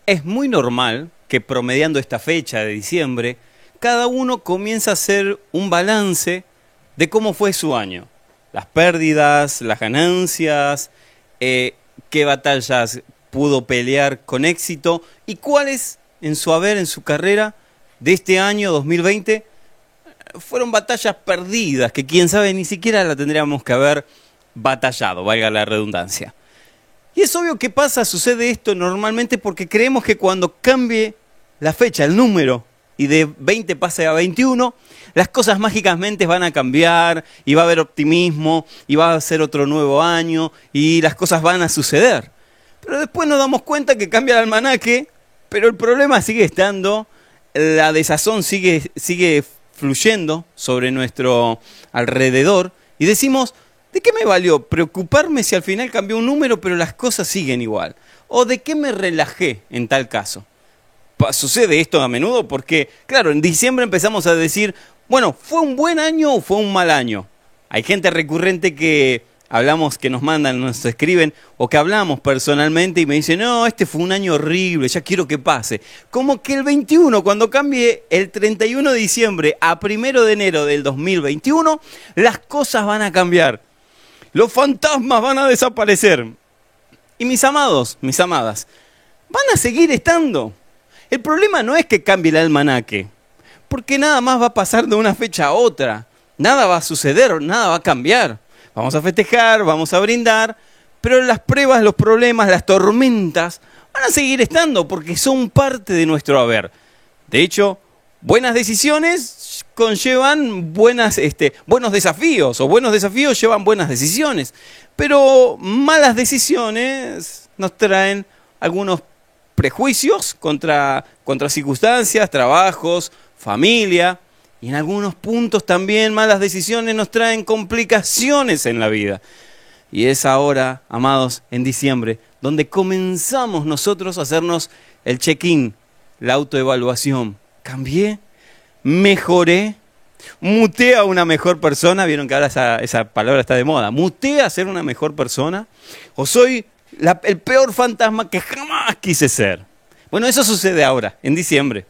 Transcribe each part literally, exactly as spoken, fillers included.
Es muy normal que promediando esta fecha de diciembre, cada uno comienza a hacer un balance de cómo fue su año. Las pérdidas, las ganancias, eh, qué batallas pudo pelear con éxito y cuáles en su haber, en su carrera de este año dos mil veinte, fueron batallas perdidas, que quién sabe ni siquiera la tendríamos que haber batallado, valga la redundancia. Y es obvio que pasa, sucede esto normalmente porque creemos que cuando cambie la fecha, el número, y de veinte pase a veintiuno, las cosas mágicamente van a cambiar, y va a haber optimismo, y va a ser otro nuevo año, y las cosas van a suceder. Pero después nos damos cuenta que cambia el almanaque, pero el problema sigue estando, la desazón sigue, sigue fluyendo sobre nuestro alrededor, y decimos, ¿de qué me valió preocuparme si al final cambió un número pero las cosas siguen igual? ¿O de qué me relajé en tal caso? Sucede esto a menudo porque, claro, en diciembre empezamos a decir, bueno, ¿fue un buen año o fue un mal año? Hay gente recurrente que hablamos, que nos mandan, nos escriben, o que hablamos personalmente y me dicen, no, este fue un año horrible, ya quiero que pase. Como que el veintiuno, cuando cambie el treinta y uno de diciembre a primero de enero del dos mil veintiuno, las cosas van a cambiar. Los fantasmas van a desaparecer. Y mis amados, mis amadas, van a seguir estando. El problema no es que cambie el almanaque, porque nada más va a pasar de una fecha a otra. Nada va a suceder, nada va a cambiar. Vamos a festejar, vamos a brindar, pero las pruebas, los problemas, las tormentas van a seguir estando porque son parte de nuestro haber. De hecho, buenas decisiones conllevan buenas, este, buenos desafíos, o buenos desafíos llevan buenas decisiones. Pero malas decisiones nos traen algunos prejuicios contra, contra circunstancias, trabajos, familia. Y en algunos puntos también malas decisiones nos traen complicaciones en la vida. Y es ahora, amados, en diciembre, donde comenzamos nosotros a hacernos el check-in, la autoevaluación. ¿Cambié? ¿Mejoré? ¿Muté a una mejor persona? Vieron que ahora esa, esa palabra está de moda. ¿Muté a ser una mejor persona? ¿O soy la, el peor fantasma que jamás quise ser? Bueno, eso sucede ahora, en diciembre.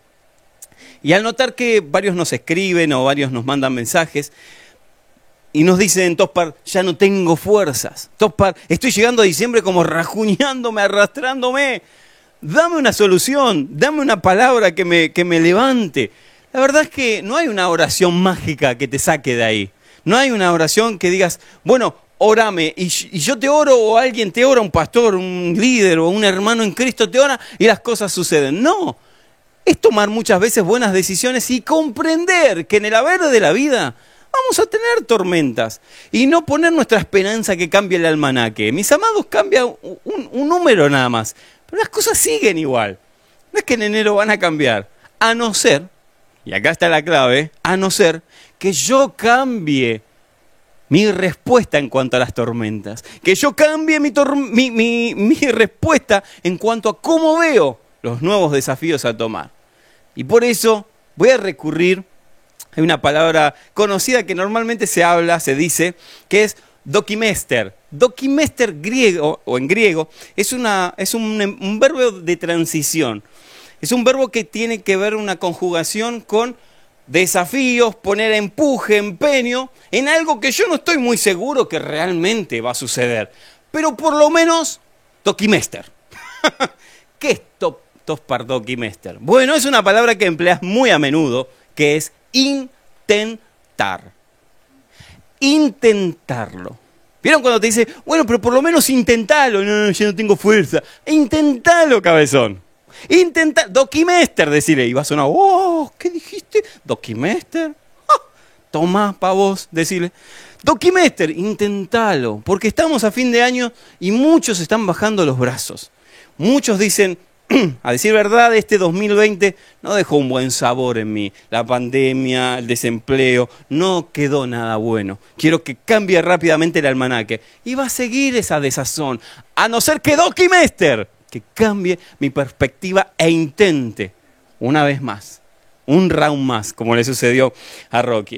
Y al notar que varios nos escriben o varios nos mandan mensajes y nos dicen, Tospar, ya no tengo fuerzas. Tospar, estoy llegando a diciembre como rajuñándome, arrastrándome. Dame una solución, dame una palabra que me, que me levante. La verdad es que no hay una oración mágica que te saque de ahí. No hay una oración que digas, bueno, órame, y, y yo te oro, o alguien te ora, un pastor, un líder o un hermano en Cristo te ora y las cosas suceden. No, es tomar muchas veces buenas decisiones y comprender que en el haber de la vida vamos a tener tormentas y no poner nuestra esperanza que cambie el almanaque. Mis amados, cambia un, un número nada más, pero las cosas siguen igual. No es que en enero van a cambiar, a no ser, y acá está la clave, a no ser que yo cambie mi respuesta en cuanto a las tormentas, que yo cambie mi, tor- mi, mi, mi respuesta en cuanto a cómo veo los nuevos desafíos a tomar. Y por eso voy a recurrir a una palabra conocida que normalmente se habla, se dice, que es dokimester. Dokimester griego, o en griego, es, una, es un, un verbo de transición. Es un verbo que tiene que ver una conjugación con desafíos, poner empuje, empeño, en algo que yo no estoy muy seguro que realmente va a suceder. Pero por lo menos, dokimester. ¿Qué es to- Tospar dokimester? Bueno, es una palabra que empleas muy a menudo, que es intentar. Intentarlo. ¿Vieron cuando te dice, bueno, pero por lo menos intentalo? No, no, yo no tengo fuerza. Intentalo, cabezón. Intenta, dokimester, decirle. Y va a sonar, oh, ¿qué dijiste? Dokimester. Ah, toma pa' vos, decirle. Dokimester, intentalo. Porque estamos a fin de año y muchos están bajando los brazos. Muchos dicen, a decir verdad, este dos mil veinte no dejó un buen sabor en mí. La pandemia, el desempleo, no quedó nada bueno. Quiero que cambie rápidamente el almanaque. Y va a seguir esa desazón, a no ser que dokimester, que cambie mi perspectiva e intente una vez más, un round más, como le sucedió a Rocky.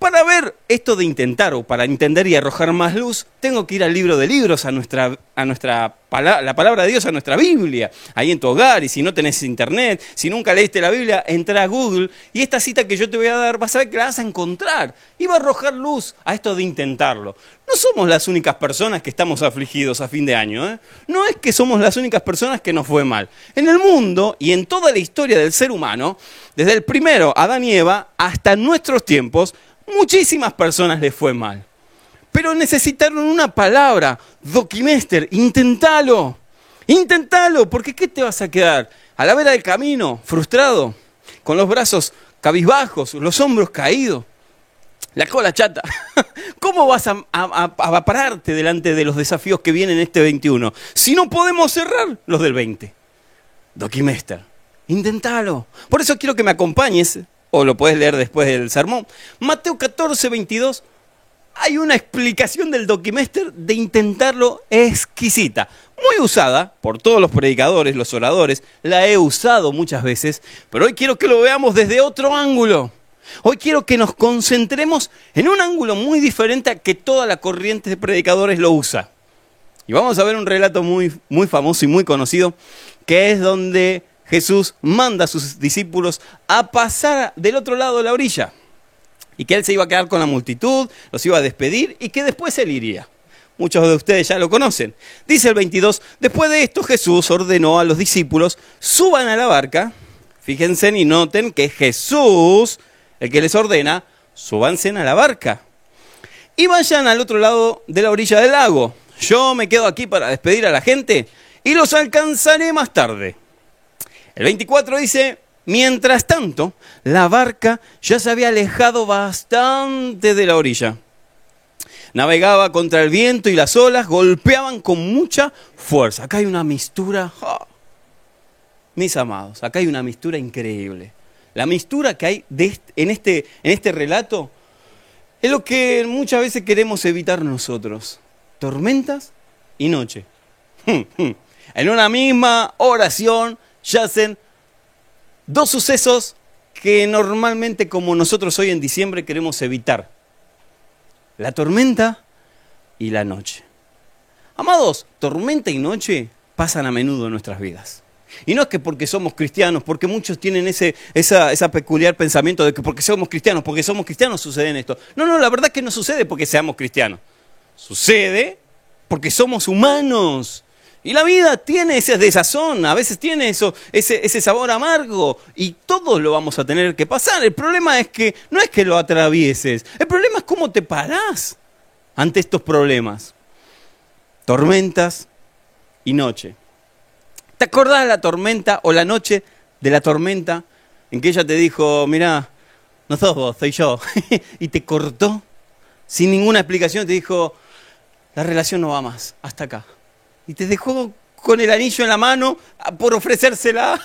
Para ver esto de intentar o para entender y arrojar más luz, tengo que ir al libro de libros, a nuestra, a nuestra pala- la palabra de Dios, a nuestra Biblia, ahí en tu hogar. Y si no tenés internet, si nunca leíste la Biblia, entra a Google y esta cita que yo te voy a dar, vas a ver que la vas a encontrar y va a arrojar luz a esto de intentarlo. No somos las únicas personas que estamos afligidos a fin de año, ¿eh? No es que somos las únicas personas que nos fue mal. En el mundo y en toda la historia del ser humano, desde el primero Adán y Eva hasta nuestros tiempos, muchísimas personas les fue mal. Pero necesitaron una palabra, doquimester, intentalo. Intentalo, porque ¿qué te vas a quedar? A la vera del camino, frustrado, con los brazos cabizbajos, los hombros caídos, la cola chata. ¿Cómo vas a, a, a pararte delante de los desafíos que vienen este veintiuno? Si no podemos cerrar los del veinte. Doquimester, intentalo. Por eso quiero que me acompañes, o lo puedes leer después del sermón. Mateo catorce, veintidós, hay una explicación del doquimester de intentarlo exquisita. Muy usada por todos los predicadores, los oradores, la he usado muchas veces, pero hoy quiero que lo veamos desde otro ángulo. Hoy quiero que nos concentremos en un ángulo muy diferente a que toda la corriente de predicadores lo usa. Y vamos a ver un relato muy, muy famoso y muy conocido, que es donde Jesús manda a sus discípulos a pasar del otro lado de la orilla. Y que él se iba a quedar con la multitud, los iba a despedir y que después él iría. Muchos de ustedes ya lo conocen. Dice el veintidós, después de esto Jesús ordenó a los discípulos, suban a la barca. Fíjense y noten que Jesús, el que les ordena, súbanse a la barca. Y vayan al otro lado de la orilla del lago. Yo me quedo aquí para despedir a la gente y los alcanzaré más tarde. El veinticuatro dice, mientras tanto, la barca ya se había alejado bastante de la orilla. Navegaba contra el viento y las olas golpeaban con mucha fuerza. Acá hay una mistura, oh, mis amados, acá hay una mistura increíble. La mistura que hay de este, en, este, en este relato es lo que muchas veces queremos evitar nosotros. Tormentas y noche. En una misma oración yacen dos sucesos que normalmente, como nosotros hoy en diciembre, queremos evitar. La tormenta y la noche. Amados, tormenta y noche pasan a menudo en nuestras vidas. Y no es que porque somos cristianos, porque muchos tienen ese esa, esa peculiar pensamiento de que porque somos cristianos, porque somos cristianos sucede esto. No, no, la verdad es que no sucede porque seamos cristianos. Sucede porque somos humanos. Y la vida tiene ese desazón, a veces tiene eso, ese, ese sabor amargo, y todos lo vamos a tener que pasar. El problema es que no es que lo atravieses, el problema es cómo te parás ante estos problemas. Tormentas y noche. ¿Te acordás de la tormenta o la noche de la tormenta en que ella te dijo, mirá, no sos vos, soy yo, y te cortó sin ninguna explicación, te dijo, la relación no va más, hasta acá. Y te dejó con el anillo en la mano por ofrecérsela.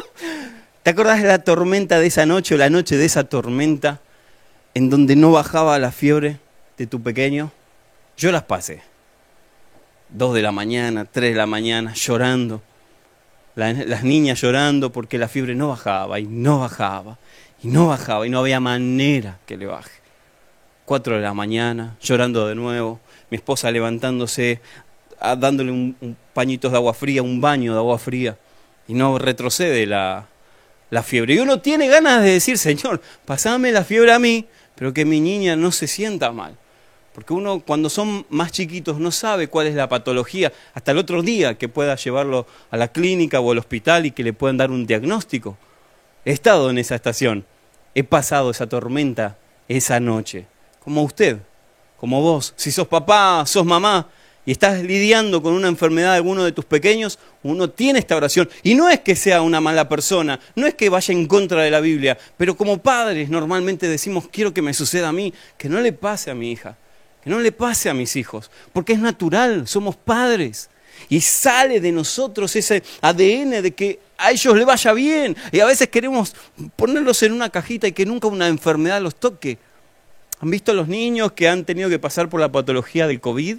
¿Te acordás de la tormenta de esa noche o la noche de esa tormenta en donde no bajaba la fiebre de tu pequeño? Yo las pasé. Dos de la mañana, tres de la mañana, llorando. La, las niñas llorando porque la fiebre no bajaba y no bajaba y no bajaba y no había manera que le baje. Cuatro de la mañana, llorando de nuevo. Mi esposa levantándose, dándole un, un pañitos de agua fría, un baño de agua fría, y no retrocede la, la fiebre. Y uno tiene ganas de decir, Señor, pasame la fiebre a mí, pero que mi niña no se sienta mal. Porque uno cuando son más chiquitos no sabe cuál es la patología, hasta el otro día que pueda llevarlo a la clínica o al hospital y que le puedan dar un diagnóstico. He estado en esa estación, he pasado esa tormenta esa noche, como usted, como vos. Si sos papá, sos mamá, y estás lidiando con una enfermedad de alguno de tus pequeños, uno tiene esta oración. Y no es que sea una mala persona, no es que vaya en contra de la Biblia, pero como padres normalmente decimos, quiero que me suceda a mí, que no le pase a mi hija, que no le pase a mis hijos, porque es natural, somos padres. Y sale de nosotros ese A D N de que a ellos les vaya bien. Y a veces queremos ponerlos en una cajita y que nunca una enfermedad los toque. ¿Han visto a los niños que han tenido que pasar por la patología del COVID?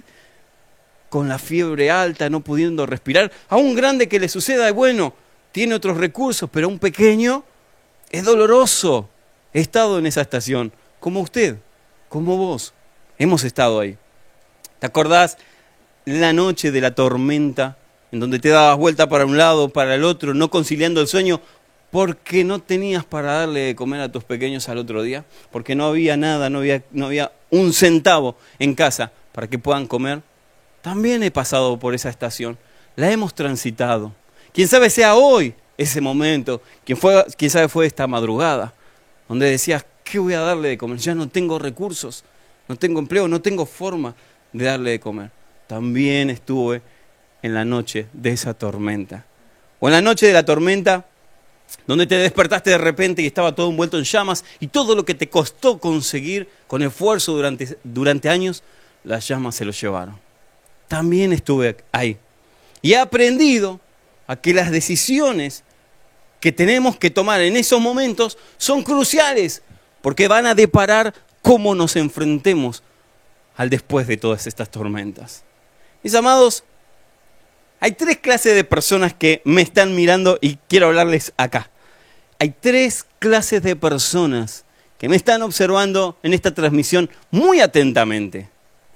Con la fiebre alta, no pudiendo respirar. A un grande que le suceda, bueno, tiene otros recursos, pero a un pequeño es doloroso. He estado en esa estación, como usted. como vos, hemos estado ahí. ¿Te acordás la noche de la tormenta, en donde te dabas vuelta para un lado, para el otro, no conciliando el sueño, porque no tenías para darle de comer a tus pequeños al otro día? Porque no había nada, no había, no había un centavo en casa para que puedan comer. También he pasado por esa estación, la hemos transitado. Quién sabe sea hoy ese momento, quién, fue, quién sabe fue esta madrugada, donde decías, ¿qué voy a darle de comer? Ya no tengo recursos, no tengo empleo, no tengo forma de darle de comer. También estuve en la noche de esa tormenta. O en la noche de la tormenta, donde te despertaste de repente y estaba todo envuelto en llamas, y todo lo que te costó conseguir con esfuerzo durante, durante años, las llamas se lo llevaron. También estuve ahí. Y he aprendido a que las decisiones que tenemos que tomar en esos momentos son cruciales, porque van a deparar cómo nos enfrentemos al después de todas estas tormentas. Mis amados, hay tres clases de personas que me están mirando y quiero hablarles acá. Hay tres clases de personas que me están observando en esta transmisión muy atentamente.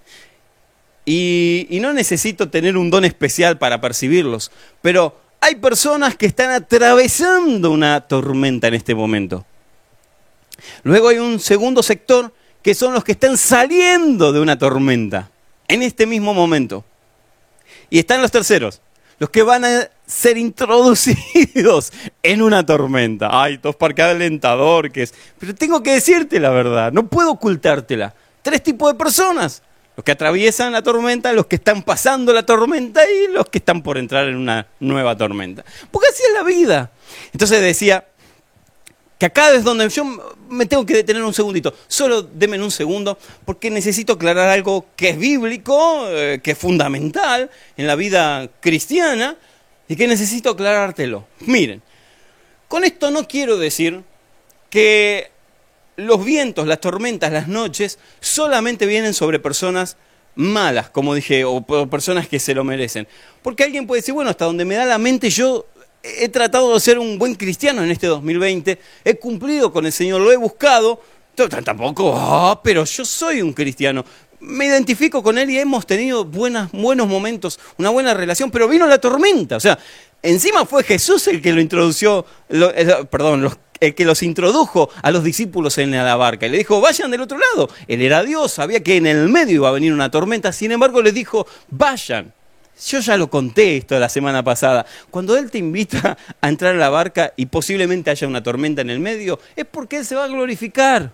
Y, y no necesito tener un don especial para percibirlos, pero hay personas que están atravesando una tormenta en este momento. Luego hay un segundo sector que son los que están saliendo de una tormenta en este mismo momento. Y están los terceros, los que van a ser introducidos en una tormenta. Ay, Tospar, qué alentador que es. Pero tengo que decirte la verdad, no puedo ocultártela. Tres tipos de personas. Los que atraviesan la tormenta, los que están pasando la tormenta y los que están por entrar en una nueva tormenta. Porque así es la vida. Entonces decía que acá es donde yo me tengo que detener un segundito. Solo denme un segundo porque necesito aclarar algo que es bíblico, eh, que es fundamental en la vida cristiana y que necesito aclarártelo. Miren, con esto no quiero decir que los vientos, las tormentas, las noches, solamente vienen sobre personas malas, como dije, o personas que se lo merecen. Porque alguien puede decir, bueno, hasta donde me da la mente, yo he tratado de ser un buen cristiano en este dos mil veinte, he cumplido con el Señor, lo he buscado, tampoco, oh, pero yo soy un cristiano. Me identifico con Él y hemos tenido buenas, buenos momentos, una buena relación, pero vino la tormenta. O sea, encima fue Jesús el que lo introdució, lo, el, perdón, los el que los introdujo a los discípulos en la barca. Y le dijo, vayan del otro lado. Él era Dios, sabía que en el medio iba a venir una tormenta. Sin embargo, les dijo, vayan. Yo ya lo conté esto la semana pasada. Cuando Él te invita a entrar a la barca y posiblemente haya una tormenta en el medio, es porque Él se va a glorificar.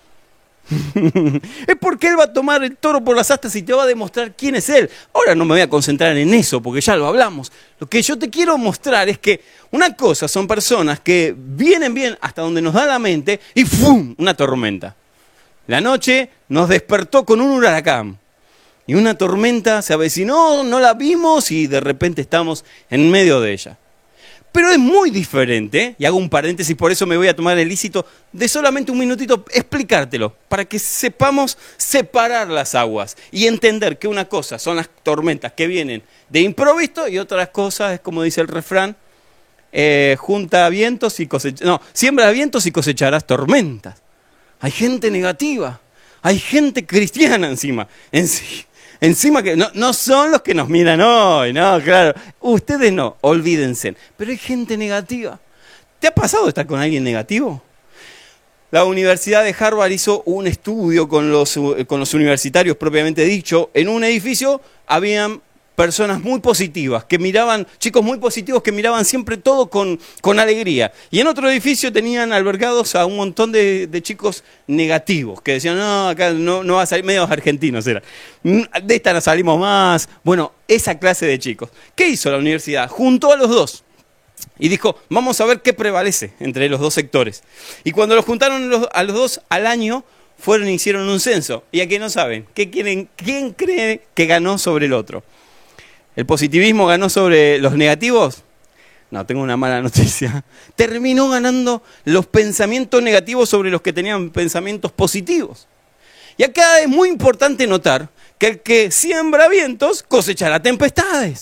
Es porque Él va a tomar el toro por las astas y te va a demostrar quién es Él. Ahora no me voy a concentrar en eso porque ya lo hablamos. Lo que yo te quiero mostrar es que una cosa son personas que vienen bien hasta donde nos da la mente y ¡fum! Una tormenta. La noche nos despertó con un huracán y una tormenta se avecinó, no la vimos y de repente estamos en medio de ella. Pero es muy diferente, ¿eh? Y hago un paréntesis, por eso me voy a tomar el lícito de solamente un minutito explicártelo, para que sepamos separar las aguas y entender que una cosa son las tormentas que vienen de improviso y otras cosas, es como dice el refrán, eh, junta vientos y cosecharás, no, siembra vientos y cosecharás tormentas. Hay gente negativa, hay gente cristiana encima, encima. Encima que no, no son los que nos miran hoy, no, claro. Ustedes no, olvídense. Pero hay gente negativa. ¿Te ha pasado estar con alguien negativo? La Universidad de Harvard hizo un estudio con los, con los universitarios propiamente dicho. En un edificio habían personas muy positivas, que miraban, chicos muy positivos que miraban siempre todo con, con alegría. Y en otro edificio tenían albergados a un montón de, de chicos negativos, que decían, no, acá no, no va a salir, medios argentinos eran. De esta no salimos más. Bueno, esa clase de chicos. ¿Qué hizo la universidad? Juntó a los dos. Y dijo, vamos a ver qué prevalece entre los dos sectores. Y cuando los juntaron los, a los dos al año, fueron y hicieron un censo. Y aquí no saben, ¿qué quieren, ¿quién cree que ganó sobre el otro? ¿El positivismo ganó sobre los negativos? No, tengo una mala noticia. Terminó ganando los pensamientos negativos sobre los que tenían pensamientos positivos. Y acá es muy importante notar que el que siembra vientos cosechará tempestades.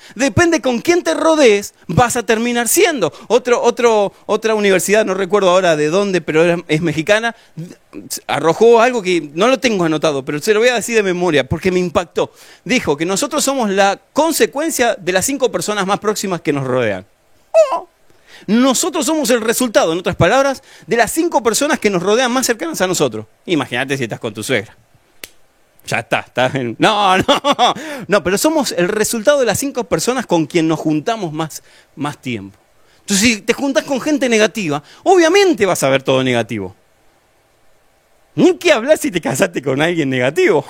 Depende con quién te rodees, vas a terminar siendo. Otro, otro, otra universidad, no recuerdo ahora de dónde, pero era- es mexicana, arrojó algo que no lo tengo anotado, pero se lo voy a decir de memoria porque me impactó. Dijo que nosotros somos la consecuencia de las cinco personas más próximas que nos rodean. ¡Oh! Nosotros somos el resultado, en otras palabras, de las cinco personas que nos rodean más cercanas a nosotros. Imagínate si estás con tu suegra. Ya está, está en... No, no, no, pero somos el resultado de las cinco personas con quien nos juntamos más, más tiempo. Entonces, si te juntas con gente negativa, obviamente vas a ver todo negativo. Ni que hablar si te casaste con alguien negativo.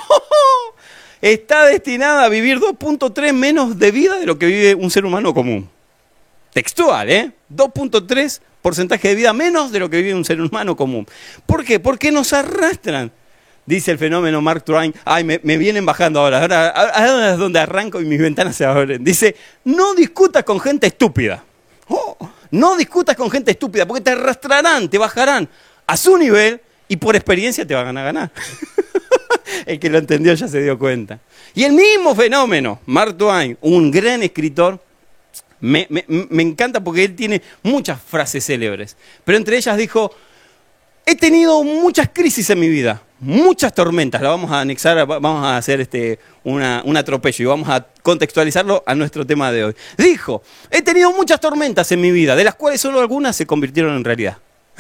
Está destinada a vivir dos punto tres menos de vida de lo que vive un ser humano común. Textual, ¿eh? dos punto tres porcentaje de vida menos de lo que vive un ser humano común. ¿Por qué? Porque nos arrastran. Dice el fenómeno Mark Twain. Ay, me, me vienen bajando ahora. Ahora, ahora es donde arranco y mis ventanas se abren. Dice, no discutas con gente estúpida. Oh, no discutas con gente estúpida porque te arrastrarán, te bajarán a su nivel y por experiencia te van a ganar. El que lo entendió ya se dio cuenta. Y el mismo fenómeno, Mark Twain, un gran escritor, me, me, me encanta porque él tiene muchas frases célebres. Pero entre ellas dijo, he tenido muchas crisis en mi vida. Muchas tormentas, la vamos a anexar, vamos a hacer este, una, un atropello y vamos a contextualizarlo a nuestro tema de hoy. Dijo, he tenido muchas tormentas en mi vida, de las cuales solo algunas se convirtieron en realidad.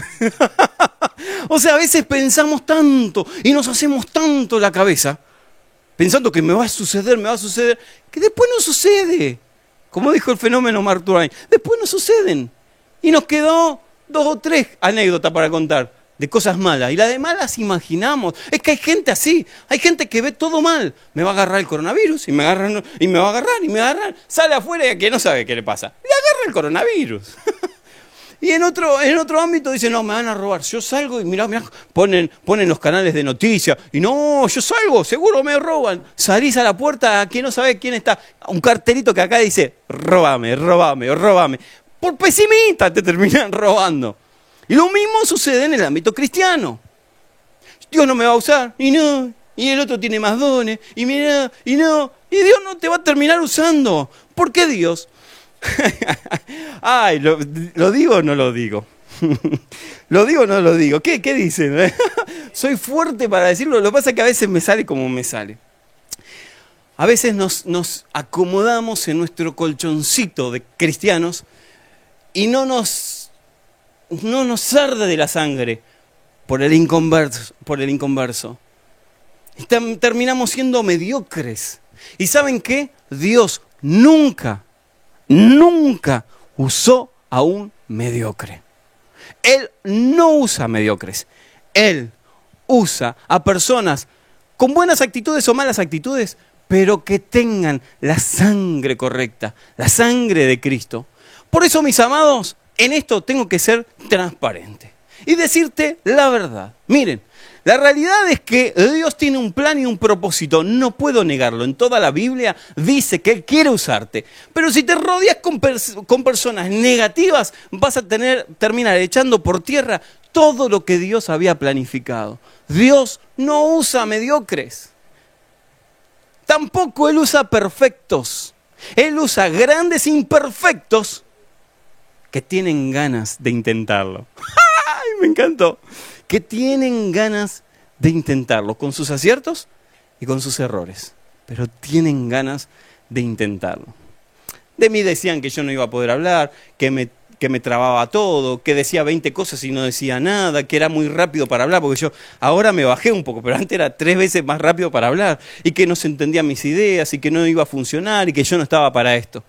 O sea, a veces pensamos tanto y nos hacemos tanto la cabeza, pensando que me va a suceder, me va a suceder, que después no sucede. Como dijo el fenómeno Mark Twain, después no suceden. Y nos quedó dos o tres anécdotas para contar. De cosas malas. Y las de malas imaginamos. Es que hay gente así. Hay gente que ve todo mal. Me va a agarrar el coronavirus y me, agarran, y me va a agarrar y me va a agarrar. Sale afuera y que no sabe qué le pasa. Le agarra el coronavirus. Y en otro, en otro ámbito dice, no, me van a robar. Yo salgo y mirá, mirá, ponen, ponen los canales de noticias. Y no, yo salgo, seguro me roban. Salís a la puerta, aquí no sabe quién está. Un cartelito que acá dice, róbame, róbame, róbame. Por pesimista te terminan robando. Y lo mismo sucede en el ámbito cristiano. Dios no me va a usar, y no, y el otro tiene más dones, y mira, y no, y Dios no te va a terminar usando. ¿Por qué Dios? Ay, ¿lo, ¿lo digo o no lo digo? ¿Lo digo o no lo digo? ¿Qué, qué dicen? Soy fuerte para decirlo, lo que pasa es que a veces me sale como me sale. A veces nos, nos acomodamos en nuestro colchoncito de cristianos y no nos... no nos arde de la sangre por el inconverso. Por el inconverso. Y tam- terminamos siendo mediocres. ¿Y saben qué? Dios nunca, nunca usó a un mediocre. Él no usa mediocres. Él usa a personas con buenas actitudes o malas actitudes, pero que tengan la sangre correcta, la sangre de Cristo. Por eso, mis amados, en esto tengo que ser transparente y decirte la verdad. Miren, la realidad es que Dios tiene un plan y un propósito, no puedo negarlo. En toda la Biblia dice que Él quiere usarte, pero si te rodeas con, pers- con personas negativas, vas a tener, terminar echando por tierra todo lo que Dios había planificado. Dios no usa mediocres, tampoco Él usa perfectos. Él usa grandes imperfectos que tienen ganas de intentarlo. ¡Ay, me encantó! Que tienen ganas de intentarlo, con sus aciertos y con sus errores, pero tienen ganas de intentarlo. De mí decían que yo no iba a poder hablar, que me, que me trababa todo, que decía veinte cosas y no decía nada, que era muy rápido para hablar, porque yo ahora me bajé un poco, pero antes era tres veces más rápido para hablar, y que no se entendían mis ideas, y que no iba a funcionar, y que yo no estaba para esto.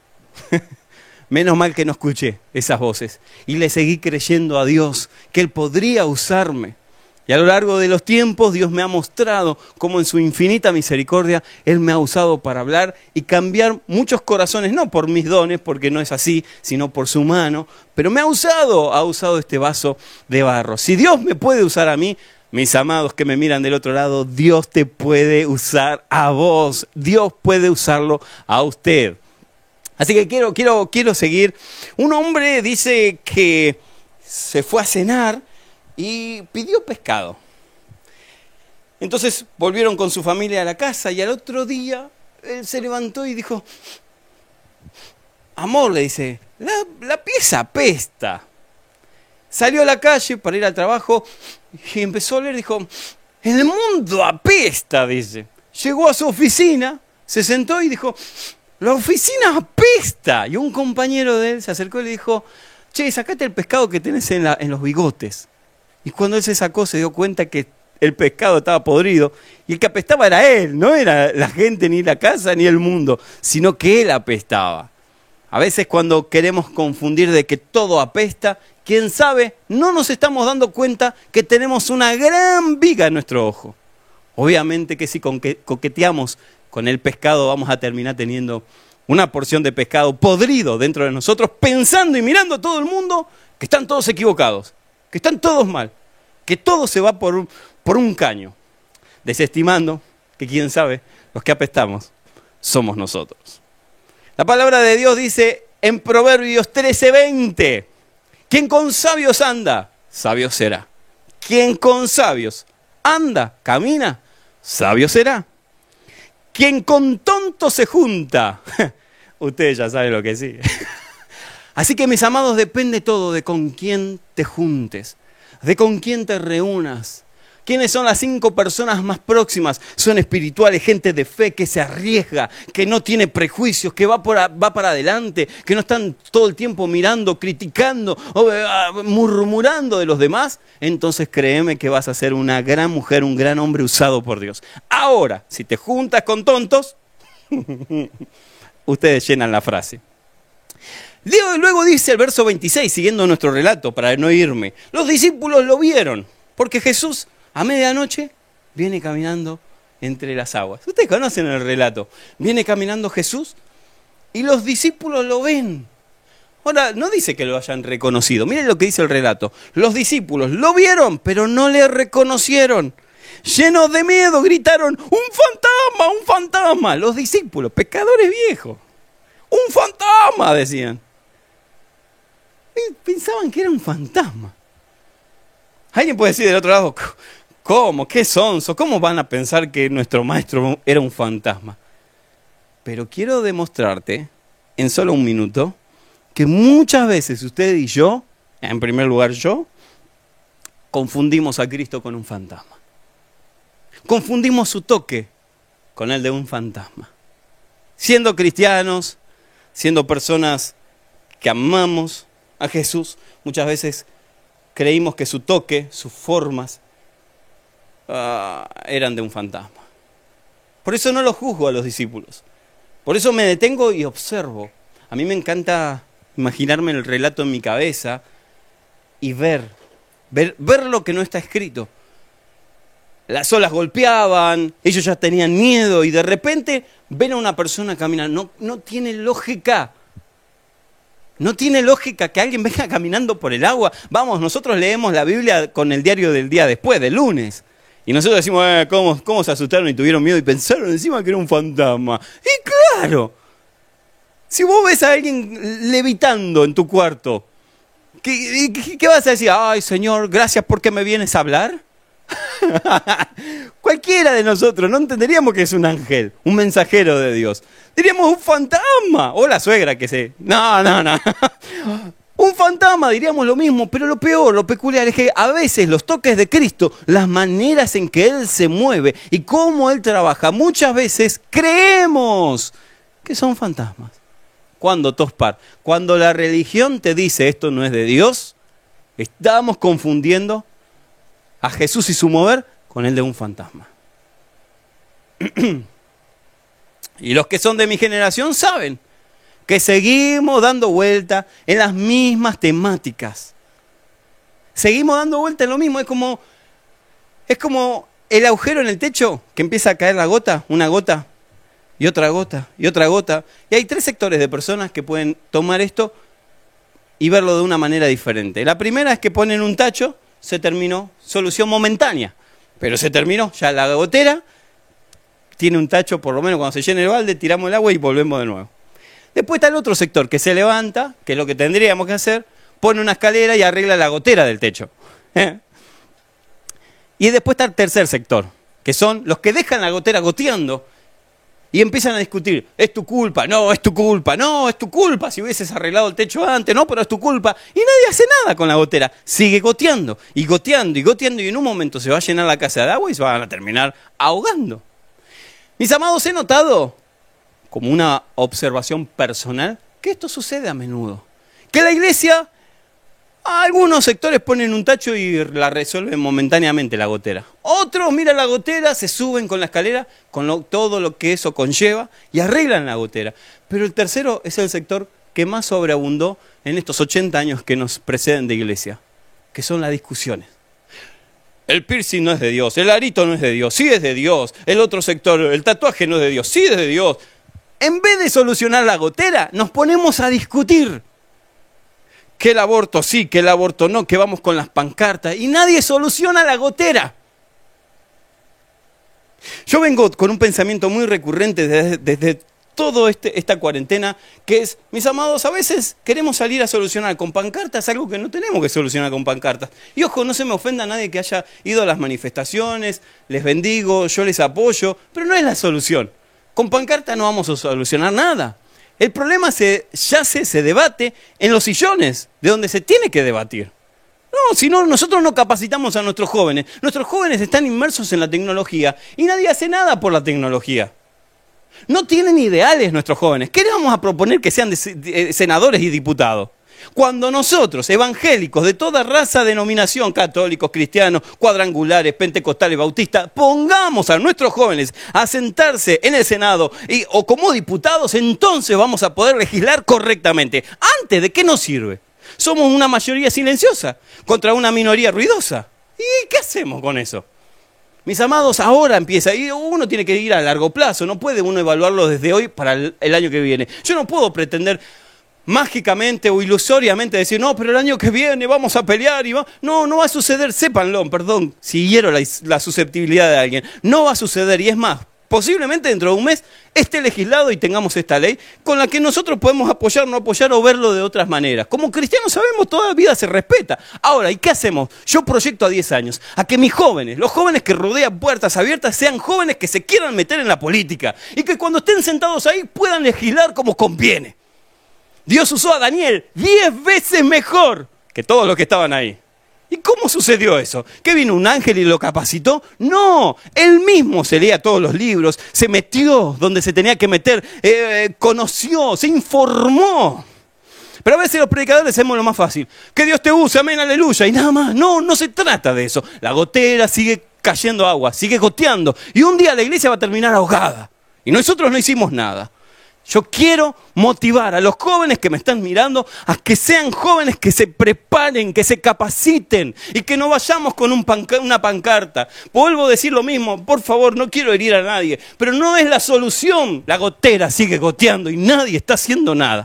Menos mal que no escuché esas voces y le seguí creyendo a Dios que Él podría usarme. Y a lo largo de los tiempos Dios me ha mostrado cómo en su infinita misericordia Él me ha usado para hablar y cambiar muchos corazones, no por mis dones, porque no es así, sino por su mano. Pero me ha usado, ha usado este vaso de barro. Si Dios me puede usar a mí, mis amados que me miran del otro lado, Dios te puede usar a vos. Dios puede usarlo a usted. Así que quiero, quiero, quiero seguir. Un hombre dice que se fue a cenar y pidió pescado. Entonces volvieron con su familia a la casa y al otro día él se levantó y dijo, amor, le dice, la, la pieza apesta. Salió a la calle para ir al trabajo y empezó a leer, dijo, el mundo apesta, dice. Llegó a su oficina, se sentó y dijo, la oficina apesta. Y un compañero de él se acercó y le dijo, che, sacate el pescado que tenés en, la, en los bigotes. Y cuando él se sacó se dio cuenta que el pescado estaba podrido y el que apestaba era él, no era la gente, ni la casa, ni el mundo, sino que él apestaba. A veces cuando queremos confundir de que todo apesta, quién sabe, no nos estamos dando cuenta que tenemos una gran viga en nuestro ojo. Obviamente que si coqueteamos con el pescado vamos a terminar teniendo una porción de pescado podrido dentro de nosotros, pensando y mirando a todo el mundo que están todos equivocados, que están todos mal, que todo se va por un, por un caño, desestimando que quién sabe, los que apestamos somos nosotros. La palabra de Dios dice en Proverbios trece veinte, quien con sabios anda, sabio será. Quien con sabios anda, camina, sabio será. Quien con tontos se junta, ustedes ya saben lo que sigue. Así que mis amados, depende todo de con quién te juntes, de con quién te reúnas. ¿Quiénes son las cinco personas más próximas? Son espirituales, gente de fe que se arriesga, que no tiene prejuicios, que va, por a, va para adelante, que no están todo el tiempo mirando, criticando, o, uh, murmurando de los demás. Entonces créeme que vas a ser una gran mujer, un gran hombre usado por Dios. Ahora, si te juntas con tontos, ustedes llenan la frase. Luego dice el verso veintiséis, siguiendo nuestro relato, para no irme. Los discípulos lo vieron, porque Jesús a medianoche viene caminando entre las aguas. Ustedes conocen el relato. Viene caminando Jesús y los discípulos lo ven. Ahora, no dice que lo hayan reconocido. Miren lo que dice el relato. Los discípulos lo vieron, pero no le reconocieron. Llenos de miedo, gritaron, ¡un fantasma, un fantasma! Los discípulos, pecadores viejos. ¡Un fantasma!, decían. Y pensaban que era un fantasma. Alguien puede decir del otro lado, ¿cómo? ¿Qué sonso? ¿Cómo van a pensar que nuestro maestro era un fantasma? Pero quiero demostrarte, en solo un minuto, que muchas veces usted y yo, en primer lugar yo, confundimos a Cristo con un fantasma. Confundimos su toque con el de un fantasma. Siendo cristianos, siendo personas que amamos a Jesús, muchas veces creímos que su toque, sus formas, uh, eran de un fantasma. Por eso no los juzgo a los discípulos. Por eso me detengo y observo. A mí me encanta imaginarme el relato en mi cabeza y ver, ver, ver lo que no está escrito. Las olas golpeaban, ellos ya tenían miedo y de repente ven a una persona caminar. No, no tiene lógica. No tiene lógica que alguien venga caminando por el agua. Vamos, nosotros leemos la Biblia con el diario del día después, del lunes. Y nosotros decimos, eh, ¿cómo, cómo se asustaron y tuvieron miedo y pensaron encima que era un fantasma? Y claro, si vos ves a alguien levitando en tu cuarto, ¿qué, qué, qué vas a decir? Ay, Señor, gracias porque me vienes a hablar. Cualquiera de nosotros no entenderíamos que es un ángel, un mensajero de Dios. Diríamos un fantasma. O la suegra que se... No, no, no. Un fantasma, diríamos lo mismo, pero lo peor, lo peculiar es que a veces los toques de Cristo, las maneras en que Él se mueve y cómo Él trabaja, muchas veces creemos que son fantasmas. ¿Cuándo, Tospar? Cuando la religión te dice esto no es de Dios, estamos confundiendo a Jesús y su mover con el de un fantasma. Y los que son de mi generación saben que seguimos dando vuelta en las mismas temáticas. Seguimos dando vuelta en lo mismo. Es como, es como el agujero en el techo que empieza a caer la gota, una gota y otra gota y otra gota. Y hay tres sectores de personas que pueden tomar esto y verlo de una manera diferente. La primera es que ponen un tacho, se terminó, solución momentánea, pero se terminó, ya la gotera tiene un tacho, por lo menos cuando se llene el balde, tiramos el agua y volvemos de nuevo. Después está el otro sector que se levanta, que es lo que tendríamos que hacer, pone una escalera y arregla la gotera del techo. ¿Eh? Y después está el tercer sector, que son los que dejan la gotera goteando Y empiezan a discutir, es tu culpa, no, es tu culpa, no, es tu culpa, si hubieses arreglado el techo antes, no, pero es tu culpa. Y nadie hace nada con la gotera, sigue goteando, y goteando, y goteando, y en un momento se va a llenar la casa de agua y se van a terminar ahogando. Mis amados, he notado, como una observación personal, que esto sucede a menudo. Que la iglesia, algunos sectores ponen un tacho y la resuelven momentáneamente la gotera. Otros miran la gotera, se suben con la escalera, con lo, todo lo que eso conlleva, y arreglan la gotera. Pero el tercero es el sector que más sobreabundó en estos ochenta años que nos preceden de iglesia, que son las discusiones. El piercing no es de Dios, el arito no es de Dios, sí es de Dios. El otro sector, el tatuaje no es de Dios, sí es de Dios. En vez de solucionar la gotera, nos ponemos a discutir. Que el aborto sí, que el aborto no, que vamos con las pancartas. Y nadie soluciona la gotera. Yo vengo con un pensamiento muy recurrente desde, desde toda este, esta cuarentena, que es, mis amados, a veces queremos salir a solucionar con pancartas algo que no tenemos que solucionar con pancartas. Y ojo, no se me ofenda a nadie que haya ido a las manifestaciones, les bendigo, yo les apoyo, pero no es la solución. Con pancarta no vamos a solucionar nada. El problema se yace, se debate en los sillones, de donde se tiene que debatir. No, si no, nosotros no capacitamos a nuestros jóvenes. Nuestros jóvenes están inmersos en la tecnología y nadie hace nada por la tecnología. No tienen ideales nuestros jóvenes. ¿Qué les vamos a proponer que sean de, de, senadores y diputados? Cuando nosotros, evangélicos de toda raza, denominación, católicos, cristianos, cuadrangulares, pentecostales, bautistas, pongamos a nuestros jóvenes a sentarse en el Senado y, o como diputados, entonces vamos a poder legislar correctamente. ¿Antes de qué nos sirve? Somos una mayoría silenciosa contra una minoría ruidosa. ¿Y qué hacemos con eso? Mis amados, ahora empieza, y uno tiene que ir a largo plazo, no puede uno evaluarlo desde hoy para el, el año que viene. Yo no puedo pretender mágicamente o ilusoriamente decir, no, pero el año que viene vamos a pelear y va... No, no va a suceder, sépanlo, perdón, si hiero la, la susceptibilidad de alguien. No va a suceder, y es más, posiblemente dentro de un mes esté legislado y tengamos esta ley con la que nosotros podemos apoyar, no apoyar o verlo de otras maneras. Como cristianos sabemos, toda la vida se respeta. Ahora, ¿y qué hacemos? Yo proyecto a diez años, a que mis jóvenes, los jóvenes que rodean puertas abiertas, sean jóvenes que se quieran meter en la política y que cuando estén sentados ahí puedan legislar como conviene. Dios usó a Daniel diez veces mejor que todos los que estaban ahí. ¿Y cómo sucedió eso? ¿Que vino un ángel y lo capacitó? No, él mismo se leía todos los libros, se metió donde se tenía que meter, eh, conoció, se informó. Pero a veces los predicadores hacemos lo más fácil. Que Dios te use, amén, aleluya, y nada más. No, no se trata de eso. La gotera sigue cayendo agua, sigue goteando, y un día la iglesia va a terminar ahogada. Y nosotros no hicimos nada. Yo quiero motivar a los jóvenes que me están mirando a que sean jóvenes que se preparen, que se capaciten y que no vayamos con un panca- una pancarta. Vuelvo a decir lo mismo, por favor, no quiero herir a nadie, pero no es la solución. La gotera sigue goteando y nadie está haciendo nada.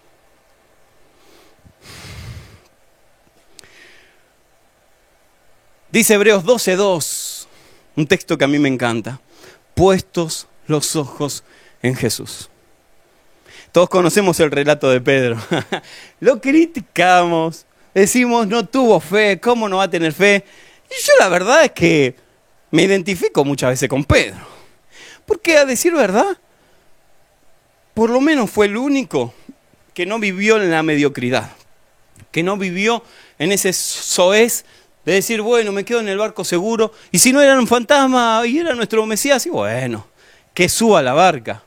Dice Hebreos doce dos, un texto que a mí me encanta. Puestos los ojos en Jesús. Todos conocemos el relato de Pedro. Lo criticamos, decimos no tuvo fe, ¿cómo no va a tener fe? Y yo la verdad es que me identifico muchas veces con Pedro. Porque a decir verdad, por lo menos fue el único que no vivió en la mediocridad, que no vivió en ese soez de decir, bueno, me quedo en el barco seguro, y si no era un fantasma y era nuestro Mesías, y bueno, que suba la barca.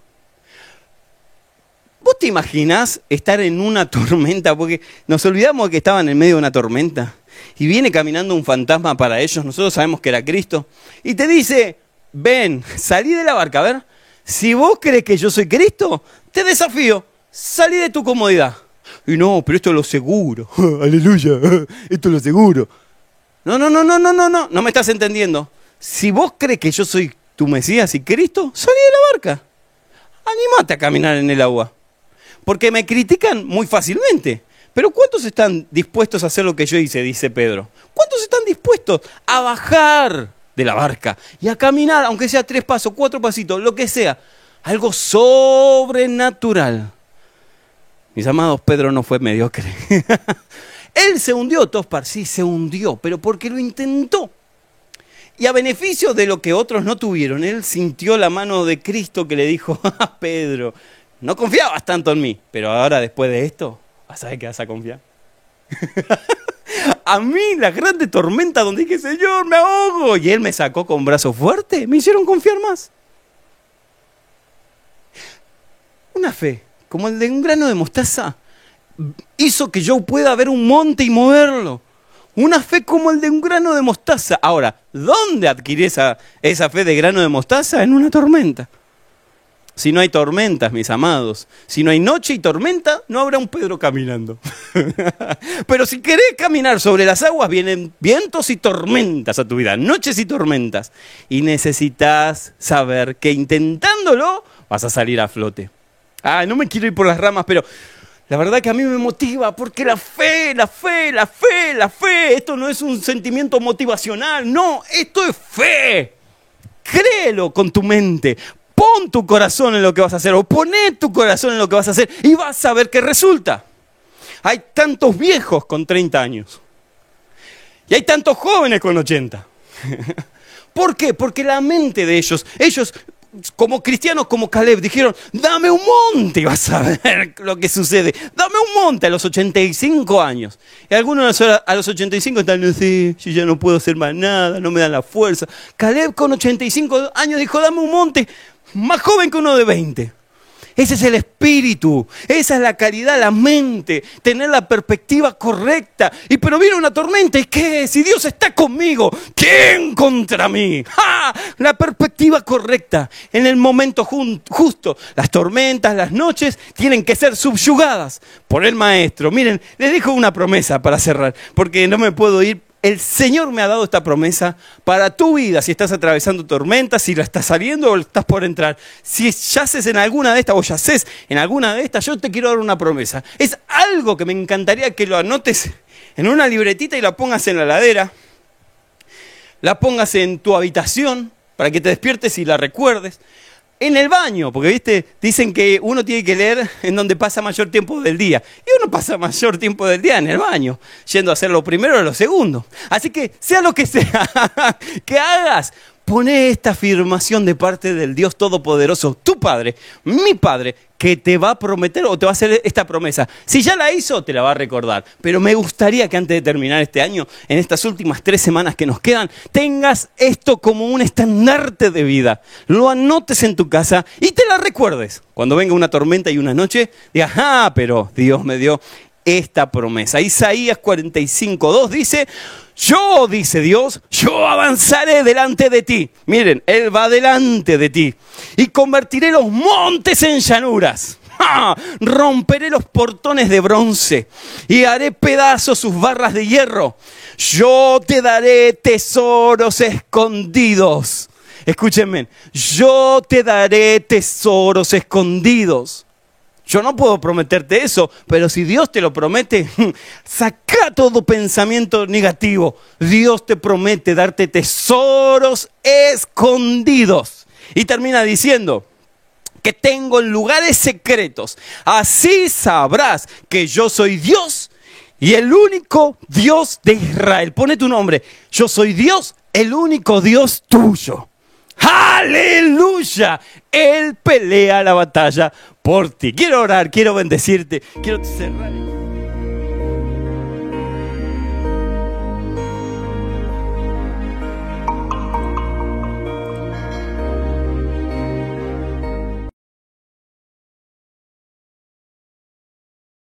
¿Vos te imaginás estar en una tormenta? Porque nos olvidamos de que estaban en medio de una tormenta. Y viene caminando un fantasma para ellos, nosotros sabemos que era Cristo. Y te dice, ven, salí de la barca, a ver. Si vos crees que yo soy Cristo, te desafío, salí de tu comodidad. Y no, pero esto es lo seguro. Aleluya, esto es lo seguro. No, no, no, no, no, no, no, no me estás entendiendo. Si vos crees que yo soy tu Mesías y Cristo, salí de la barca. Anímate a caminar en el agua. Porque me critican muy fácilmente. Pero ¿cuántos están dispuestos a hacer lo que yo hice? Dice Pedro. ¿Cuántos están dispuestos a bajar de la barca y a caminar, aunque sea tres pasos, cuatro pasitos, lo que sea? Algo sobrenatural. Mis amados, Pedro no fue mediocre. Él se hundió, Tospar, sí, se hundió, pero porque lo intentó. Y a beneficio de lo que otros no tuvieron, él sintió la mano de Cristo que le dijo, ah, Pedro, no confiabas tanto en mí, pero ahora después de esto, ¿vas a ver que vas a confiar? A mí, la grande tormenta donde dije, Señor, me ahogo, y él me sacó con brazo fuerte, me hicieron confiar más. Una fe, como el de un grano de mostaza, hizo que yo pueda ver un monte y moverlo. Una fe como el de un grano de mostaza. Ahora, ¿dónde adquirí esa, esa fe de grano de mostaza? En una tormenta. Si no hay tormentas, mis amados, si no hay noche y tormenta, no habrá un Pedro caminando. Pero si querés caminar sobre las aguas, vienen vientos y tormentas a tu vida, noches y tormentas. Y necesitas saber que intentándolo vas a salir a flote. Ah, no me quiero ir por las ramas, pero la verdad que a mí me motiva porque la fe, la fe, la fe, la fe, esto no es un sentimiento motivacional, no, esto es fe. Créelo con tu mente. Pon tu corazón en lo que vas a hacer o poné tu corazón en lo que vas a hacer y vas a ver qué resulta. Hay tantos viejos con treinta años y hay tantos jóvenes con ochenta. ¿Por qué? Porque la mente de ellos, ellos como cristianos como Caleb dijeron, dame un monte y vas a ver lo que sucede. Dame un monte a los ochenta y cinco años. Y algunos a los ochenta y cinco están, no sé, yo ya no puedo hacer más nada, no me dan la fuerza. Caleb con ochenta y cinco años dijo, dame un monte más joven que uno de veinte. Ese es el espíritu, esa es la calidad, la mente, tener la perspectiva correcta. Y pero viene una tormenta, ¿y qué? Si Dios está conmigo, ¿quién contra mí? ¡Ja! La perspectiva correcta, en el momento justo. Las tormentas, las noches, tienen que ser subyugadas por el Maestro. Miren, les dejo una promesa para cerrar, porque no me puedo ir. El Señor me ha dado esta promesa para tu vida, si estás atravesando tormentas, si la estás saliendo o estás por entrar. Si yaces en alguna de estas o yaces en alguna de estas, yo te quiero dar una promesa. Es algo que me encantaría que lo anotes en una libretita y la pongas en la heladera, la pongas en tu habitación para que te despiertes y la recuerdes. En el baño, porque viste, dicen que uno tiene que leer en donde pasa mayor tiempo del día. Y uno pasa mayor tiempo del día en el baño, yendo a hacer lo primero o lo segundo. Así que, sea lo que sea que hagas, poné esta afirmación de parte del Dios Todopoderoso, tu Padre, mi Padre, que te va a prometer o te va a hacer esta promesa. Si ya la hizo, te la va a recordar. Pero me gustaría que antes de terminar este año, en estas últimas tres semanas que nos quedan, tengas esto como un estandarte de vida. Lo anotes en tu casa y te la recuerdes. Cuando venga una tormenta y una noche, digas, ah, pero Dios me dio esta promesa. Isaías cuarenta y cinco, dos dice, yo, dice Dios, yo avanzaré delante de ti. Miren, Él va delante de ti. Y convertiré los montes en llanuras. ¡Ja! Romperé los portones de bronce y haré pedazos sus barras de hierro. Yo te daré tesoros escondidos. Escúchenme, yo te daré tesoros escondidos. Yo no puedo prometerte eso, pero si Dios te lo promete, saca todo pensamiento negativo. Dios te promete darte tesoros escondidos. Y termina diciendo que tengo lugares secretos. Así sabrás que yo soy Dios y el único Dios de Israel. Pone tu nombre. Yo soy Dios, el único Dios tuyo. ¡Aleluya! Él pelea la batalla por ti. Quiero orar, quiero bendecirte, quiero cerrar.